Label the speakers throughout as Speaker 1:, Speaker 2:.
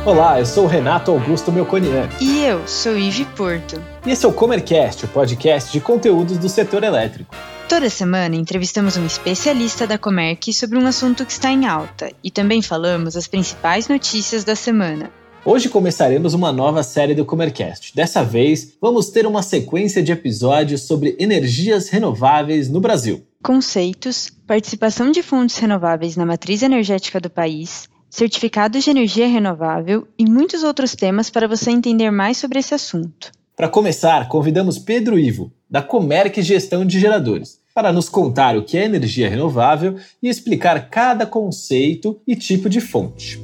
Speaker 1: Olá, eu sou o Renato Augusto Melconian.
Speaker 2: E eu sou Ive Porto.
Speaker 1: E esse é o Comercast, o podcast de conteúdos do setor elétrico.
Speaker 2: Toda semana entrevistamos um especialista da Comerc sobre um assunto que está em alta e também falamos as principais notícias da semana.
Speaker 1: Hoje começaremos uma nova série do Comercast. Dessa vez, vamos ter uma sequência de episódios sobre energias renováveis no Brasil.
Speaker 2: Conceitos, participação de fontes renováveis na matriz energética do país, certificados de energia renovável e muitos outros temas para você entender mais sobre esse assunto.
Speaker 1: Para começar, convidamos Pedro Ivo, da Comerc Gestão de Geradores, para nos contar o que é energia renovável e explicar cada conceito e tipo de fonte.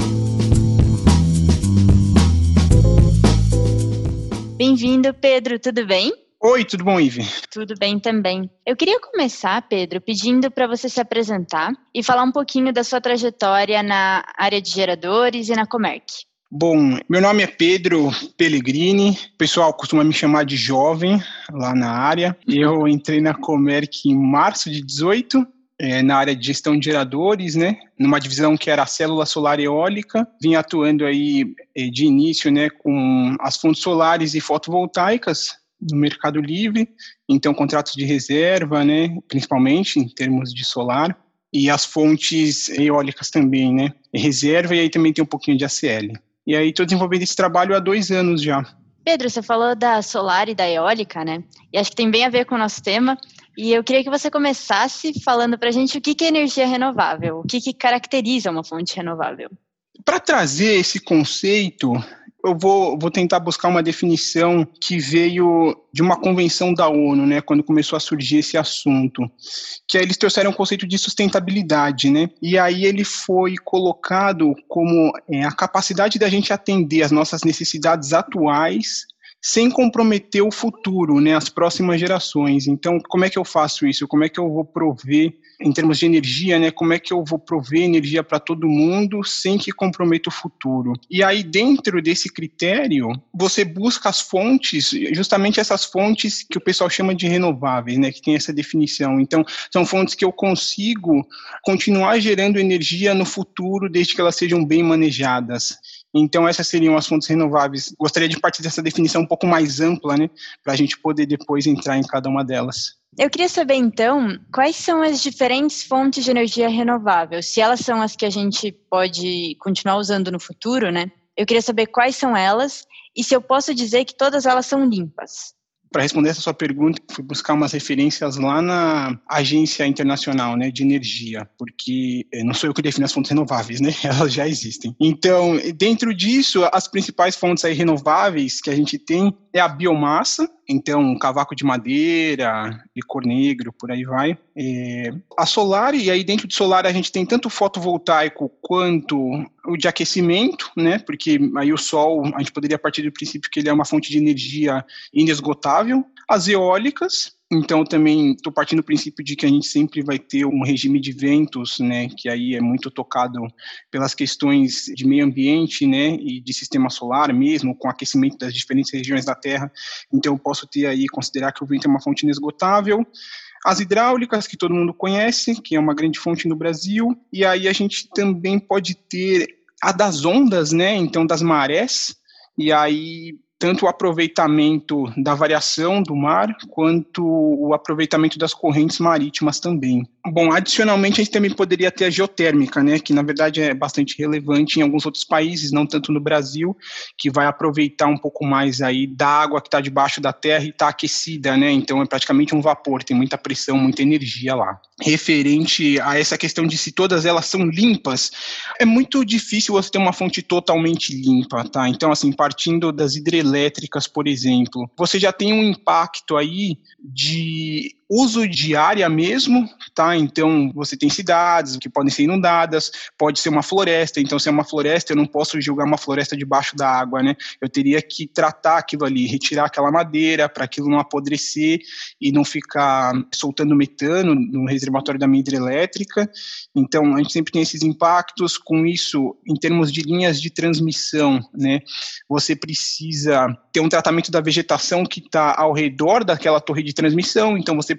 Speaker 2: Bem-vindo, Pedro, tudo bem?
Speaker 3: Oi, tudo bom, Ive?
Speaker 2: Tudo bem também. Eu queria começar, Pedro, pedindo para você se apresentar e falar um pouquinho da sua trajetória na área de geradores e na Comerc.
Speaker 3: Bom, meu nome é Pedro Pellegrini, o pessoal costuma me chamar de jovem lá na área. Eu entrei na Comerc em março de 2018, na área de gestão de geradores, né? Numa divisão que era a célula solar eólica. Vim atuando aí de início, né, com as fontes solares e fotovoltaicas no Mercado Livre, então contratos de reserva, né, principalmente em termos de solar, e as fontes eólicas também, né, reserva, e aí também tem um pouquinho de ACL. E aí estou desenvolvendo esse trabalho há 2 anos já.
Speaker 2: Pedro, você falou da solar e da eólica, né, e acho que tem bem a ver com o nosso tema, e eu queria que você começasse falando para a gente o que é energia renovável, o que caracteriza uma fonte renovável.
Speaker 3: Para trazer esse conceito, eu vou tentar buscar uma definição que veio de uma convenção da ONU, né, quando começou a surgir esse assunto, que aí eles trouxeram o conceito de sustentabilidade, né, e aí ele foi colocado como a capacidade da gente atender às nossas necessidades atuais sem comprometer o futuro, né, as próximas gerações. Então, como é que eu faço isso? Como é que eu vou prover, em termos de energia, né, como é que eu vou prover energia para todo mundo sem que comprometa o futuro? E aí, dentro desse critério, você busca as fontes, justamente essas fontes que o pessoal chama de renováveis, né, que tem essa definição. Então, são fontes que eu consigo continuar gerando energia no futuro, desde que elas sejam bem manejadas. Então, essas seriam as fontes renováveis. Gostaria de partir dessa definição um pouco mais ampla, né, para a gente poder depois entrar em cada uma delas.
Speaker 2: Eu queria saber, então, quais são as diferentes fontes de energia renovável? Se elas são as que a gente pode continuar usando no futuro, né? Eu queria saber quais são elas e se eu posso dizer que todas elas são limpas.
Speaker 3: Para responder essa sua pergunta, fui buscar umas referências lá na Agência Internacional, né, de Energia, porque não sou eu que defino as fontes renováveis, né, elas já existem. Então, dentro disso, as principais fontes aí renováveis que a gente tem é a biomassa, então cavaco de madeira, licor negro, por aí vai. A solar, e aí dentro de solar a gente tem tanto o fotovoltaico quanto o de aquecimento, né, porque aí o sol, a gente poderia partir do princípio que ele é uma fonte de energia inesgotável. As eólicas, então também estou partindo do princípio de que a gente sempre vai ter um regime de ventos, né, que aí é muito tocado pelas questões de meio ambiente, né, e de sistema solar mesmo, com aquecimento das diferentes regiões da Terra. Então eu posso ter aí, considerar que o vento é uma fonte inesgotável. As hidráulicas, que todo mundo conhece, que é uma grande fonte no Brasil, e aí a gente também pode ter a das ondas, né, então das marés, e aí tanto o aproveitamento da variação do mar, quanto o aproveitamento das correntes marítimas também. Bom, adicionalmente a gente também poderia ter a geotérmica, né, que na verdade é bastante relevante em alguns outros países, não tanto no Brasil, que vai aproveitar um pouco mais aí da água que está debaixo da terra e está aquecida, né, então é praticamente um vapor, tem muita pressão, muita energia lá. Referente a essa questão de se todas elas são limpas, é muito difícil você ter uma fonte totalmente limpa, tá? Então, assim, partindo das hidrelétricas, por exemplo, você já tem um impacto aí de uso de área mesmo, tá? Então, você tem cidades que podem ser inundadas, pode ser uma floresta, então se é uma floresta, eu não posso jogar uma floresta debaixo da água, né? Eu teria que tratar aquilo ali, retirar aquela madeira para aquilo não apodrecer e não ficar soltando metano no reservatório da minha hidrelétrica. Então, a gente sempre tem esses impactos. Com isso, em termos de linhas de transmissão, né? Você precisa ter um tratamento da vegetação que está ao redor daquela torre de transmissão, então você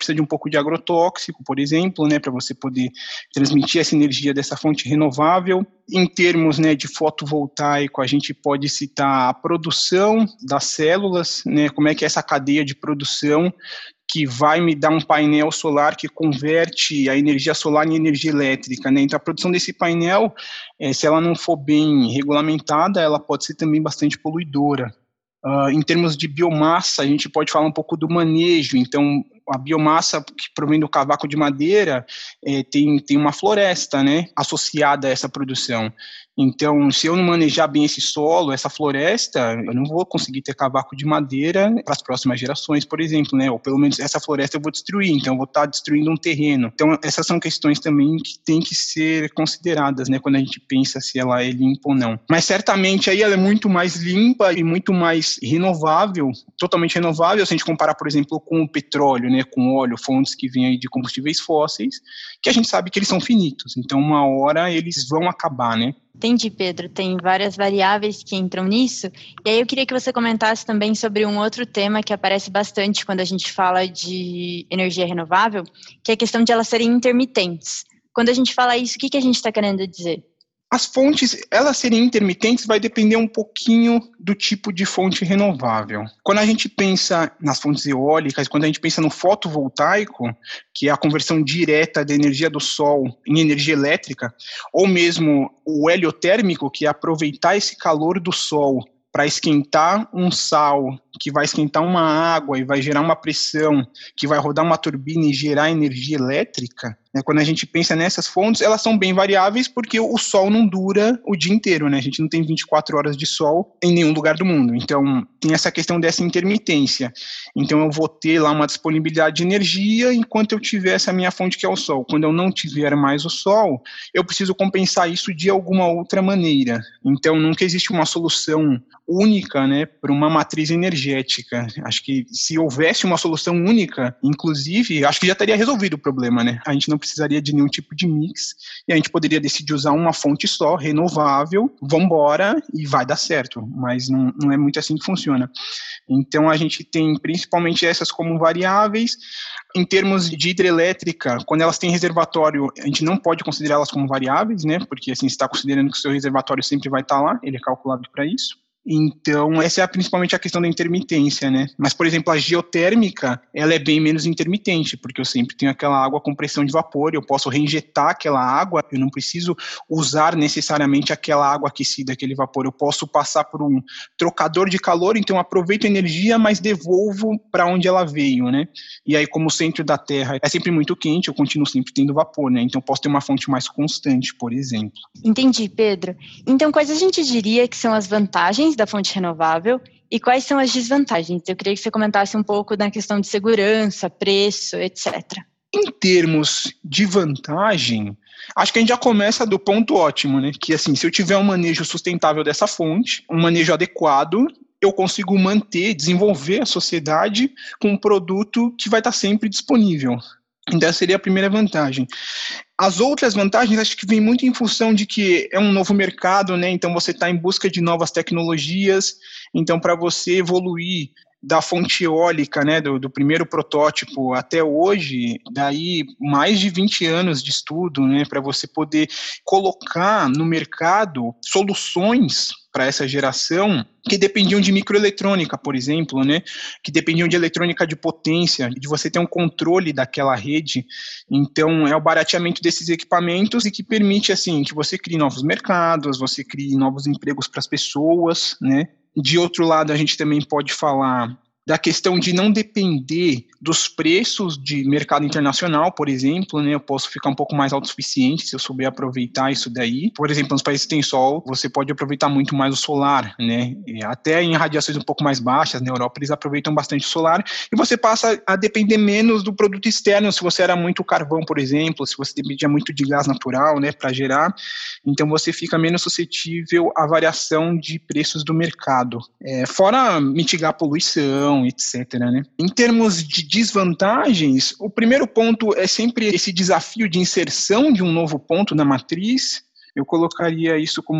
Speaker 3: precisa de um pouco de agrotóxico, por exemplo, né, para você poder transmitir essa energia dessa fonte renovável. Em termos, né, de fotovoltaico, a gente pode citar a produção das células, né, como é que é essa cadeia de produção que vai me dar um painel solar que converte a energia solar em energia elétrica, né? Então, a produção desse painel, se ela não for bem regulamentada, ela pode ser também bastante poluidora. Em termos de biomassa, a gente pode falar um pouco do manejo. Então, a biomassa que provém do cavaco de madeira tem uma floresta, né, associada a essa produção. Então, se eu não manejar bem esse solo, essa floresta, eu não vou conseguir ter cavaco de madeira para as próximas gerações, por exemplo, né? Ou pelo menos essa floresta eu vou destruir, então eu vou estar destruindo um terreno. Então, essas são questões também que têm que ser consideradas, né, quando a gente pensa se ela é limpa ou não. Mas certamente aí ela é muito mais limpa e muito mais renovável, totalmente renovável, se a gente comparar, por exemplo, com o petróleo, né, com óleo, fontes que vêm aí de combustíveis fósseis, que a gente sabe que eles são finitos. Então, uma hora eles vão acabar, né?
Speaker 2: Entendi, Pedro. Tem várias variáveis que entram nisso. E aí eu queria que você comentasse também sobre um outro tema que aparece bastante quando a gente fala de energia renovável, que é a questão de elas serem intermitentes. Quando a gente fala isso, o que a gente está querendo dizer?
Speaker 3: As fontes, elas serem intermitentes vai depender um pouquinho do tipo de fonte renovável. Quando a gente pensa nas fontes eólicas, quando a gente pensa no fotovoltaico, que é a conversão direta da energia do sol em energia elétrica, ou mesmo o heliotérmico, que é aproveitar esse calor do sol para esquentar um sal, que vai esquentar uma água e vai gerar uma pressão, que vai rodar uma turbina e gerar energia elétrica, né? Quando a gente pensa nessas fontes, elas são bem variáveis porque o sol não dura o dia inteiro, né? A gente não tem 24 horas de sol em nenhum lugar do mundo. Então, tem essa questão dessa intermitência. Então, eu vou ter lá uma disponibilidade de energia enquanto eu tiver essa minha fonte que é o sol. Quando eu não tiver mais o sol, eu preciso compensar isso de alguma outra maneira. Então, nunca existe uma solução única, né, para uma matriz energética. Acho que se houvesse uma solução única, inclusive, acho que já teria resolvido o problema, né? A gente não precisaria de nenhum tipo de mix e a gente poderia decidir usar uma fonte só, renovável, vambora e vai dar certo, mas não é muito assim que funciona. Então, a gente tem principalmente essas como variáveis. Em termos de hidrelétrica, quando elas têm reservatório, a gente não pode considerá-las como variáveis, né? Porque assim, você está considerando que o seu reservatório sempre vai estar lá, ele é calculado para isso. Então, essa é principalmente a questão da intermitência, né? Mas, por exemplo, a geotérmica, ela é bem menos intermitente, porque eu sempre tenho aquela água com pressão de vapor, eu posso reinjetar aquela água, eu não preciso usar necessariamente aquela água aquecida, aquele vapor, eu posso passar por um trocador de calor, então eu aproveito a energia, mas devolvo para onde ela veio, né? E aí, como o centro da Terra é sempre muito quente, eu continuo sempre tendo vapor, né? Então, eu posso ter uma fonte mais constante, por exemplo.
Speaker 2: Entendi, Pedro. Então, quais a gente diria que são as vantagens da fonte renovável e quais são as desvantagens? Eu queria que você comentasse um pouco da questão de segurança, preço, etc.
Speaker 3: Em termos de vantagem, acho que a gente já começa do ponto ótimo, né? Que assim, se eu tiver um manejo sustentável dessa fonte, um manejo adequado, eu consigo manter, desenvolver a sociedade com um produto que vai estar sempre disponível. Então, essa seria a primeira vantagem. As outras vantagens, acho que vem muito em função de que é um novo mercado, né? Então, você está em busca de novas tecnologias. Então, para você evoluir da fonte eólica, né, do primeiro protótipo até hoje, daí mais de 20 anos de estudo, né, para você poder colocar no mercado soluções para essa geração que dependiam de microeletrônica, por exemplo, né, que dependiam de eletrônica de potência, de você ter um controle daquela rede. Então, é o barateamento desses equipamentos e que permite, assim, que você crie novos mercados, você crie novos empregos para as pessoas, né. De outro lado, a gente também pode falar da questão de não depender dos preços de mercado internacional, por exemplo, né? Eu posso ficar um pouco mais autossuficiente se eu souber aproveitar isso daí. Por exemplo, nos países que tem sol, você pode aproveitar muito mais o solar, né? E até em radiações um pouco mais baixas, na Europa, eles aproveitam bastante o solar e você passa a depender menos do produto externo, se você era muito carvão, por exemplo, se você dependia muito de gás natural, né, para gerar, então você fica menos suscetível à variação de preços do mercado. Fora mitigar a poluição, etc, né? Em termos de desvantagens, o primeiro ponto é sempre esse desafio de inserção de um novo ponto na matriz. Eu colocaria isso como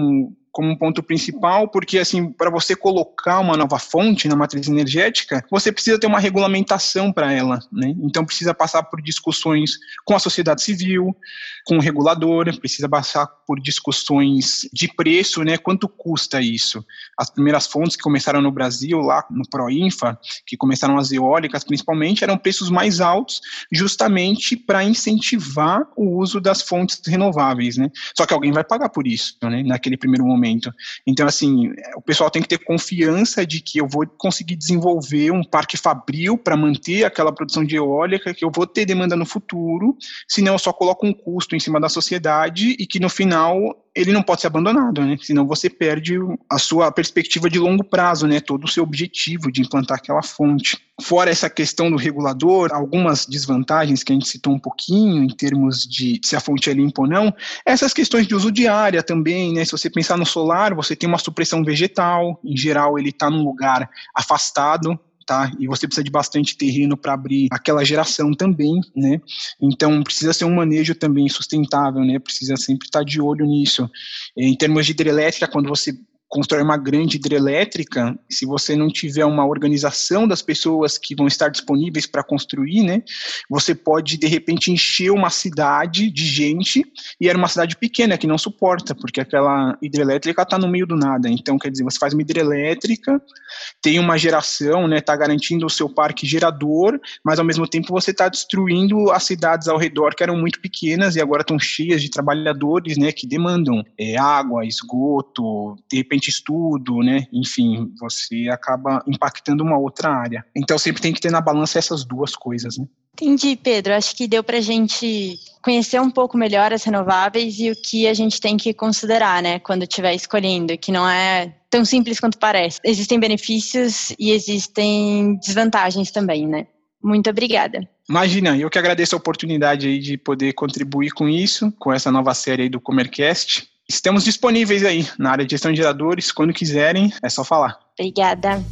Speaker 3: como um ponto principal, porque assim, para você colocar uma nova fonte na matriz energética, você precisa ter uma regulamentação para ela, né? Então precisa passar por discussões com a sociedade civil, com o regulador, precisa passar por discussões de preço, né? Quanto custa isso? As primeiras fontes que começaram no Brasil, lá no Proinfa, que começaram as eólicas principalmente, eram preços mais altos, justamente para incentivar o uso das fontes renováveis, né? Só que alguém vai pagar por isso, né? Naquele primeiro momento. Então, assim, o pessoal tem que ter confiança de que eu vou conseguir desenvolver um parque fabril para manter aquela produção de eólica, que eu vou ter demanda no futuro, senão eu só coloco um custo em cima da sociedade e que no final ele não pode ser abandonado, né? Senão você perde a sua perspectiva de longo prazo, né? Todo o seu objetivo de implantar aquela fonte. Fora essa questão do regulador, algumas desvantagens que a gente citou um pouquinho em termos de se a fonte é limpa ou não, essas questões de uso de área também, né? Se você pensar no solar, você tem uma supressão vegetal, em geral ele está num lugar afastado, tá? E você precisa de bastante terreno para abrir aquela geração também, né? Então precisa ser um manejo também sustentável, né? Precisa sempre estar de olho nisso. Em termos de hidrelétrica, quando você constrói uma grande hidrelétrica, se você não tiver uma organização das pessoas que vão estar disponíveis para construir, né, você pode, de repente, encher uma cidade de gente, e era uma cidade pequena que não suporta, porque aquela hidrelétrica está no meio do nada. Então, quer dizer, você faz uma hidrelétrica, tem uma geração, né, está garantindo o seu parque gerador, mas, ao mesmo tempo, você está destruindo as cidades ao redor, que eram muito pequenas, e agora estão cheias de trabalhadores, né, que demandam água, esgoto, de repente, estudo, né? Enfim, você acaba impactando uma outra área. Então sempre tem que ter na balança essas duas coisas, né?
Speaker 2: Entendi, Pedro. Acho que deu para a gente conhecer um pouco melhor as renováveis e o que a gente tem que considerar, né? Quando estiver escolhendo, que não é tão simples quanto parece. Existem benefícios e existem desvantagens também, né? Muito obrigada.
Speaker 3: Imagina, eu que agradeço a oportunidade aí de poder contribuir com isso, com essa nova série aí do Comercast. Estamos disponíveis aí na área de gestão de geradores, quando quiserem, é só falar.
Speaker 2: Obrigada.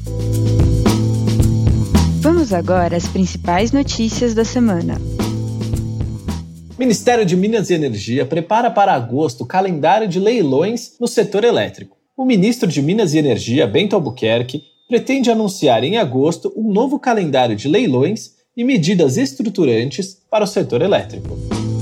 Speaker 4: Vamos agora às principais notícias da semana.
Speaker 1: O Ministério de Minas e Energia prepara para agosto o calendário de leilões no setor elétrico. O ministro de Minas e Energia, Bento Albuquerque, pretende anunciar em agosto um novo calendário de leilões e medidas estruturantes para o setor elétrico.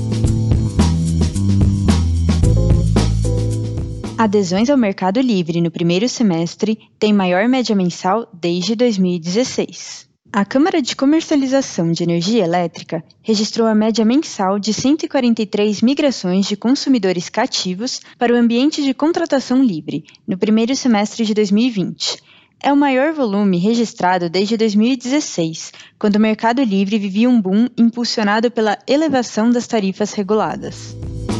Speaker 4: Adesões ao Mercado Livre no primeiro semestre têm maior média mensal desde 2016. A Câmara de Comercialização de Energia Elétrica registrou a média mensal de 143 migrações de consumidores cativos para o ambiente de contratação livre no primeiro semestre de 2020. É o maior volume registrado desde 2016, quando o Mercado Livre vivia um boom impulsionado pela elevação das tarifas reguladas.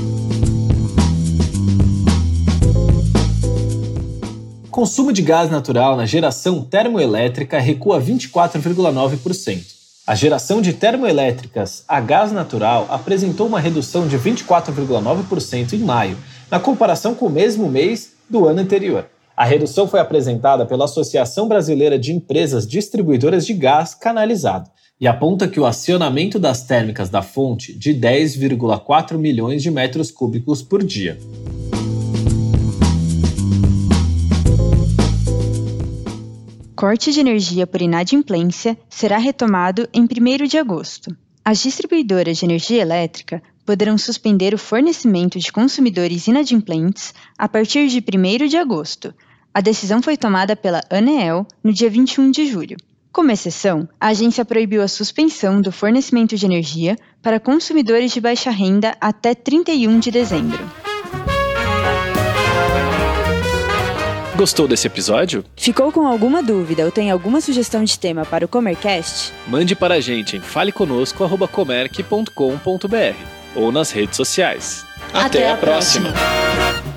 Speaker 1: O consumo de gás natural na geração termoelétrica recua 24,9%. A geração de termoelétricas a gás natural apresentou uma redução de 24,9% em maio, na comparação com o mesmo mês do ano anterior. A redução foi apresentada pela Associação Brasileira de Empresas Distribuidoras de Gás Canalizado e aponta que o acionamento das térmicas da fonte de 10,4 milhões de metros cúbicos por dia.
Speaker 4: Corte de energia por inadimplência será retomado em 1º de agosto. As distribuidoras de energia elétrica poderão suspender o fornecimento de consumidores inadimplentes a partir de 1º de agosto. A decisão foi tomada pela ANEEL no dia 21 de julho. Como exceção, a agência proibiu a suspensão do fornecimento de energia para consumidores de baixa renda até 31 de dezembro.
Speaker 1: Gostou desse episódio?
Speaker 4: Ficou com alguma dúvida ou tem alguma sugestão de tema para o Comercast?
Speaker 1: Mande para a gente em faleconosco@comerc.com.br ou nas redes sociais.
Speaker 2: Até a próxima!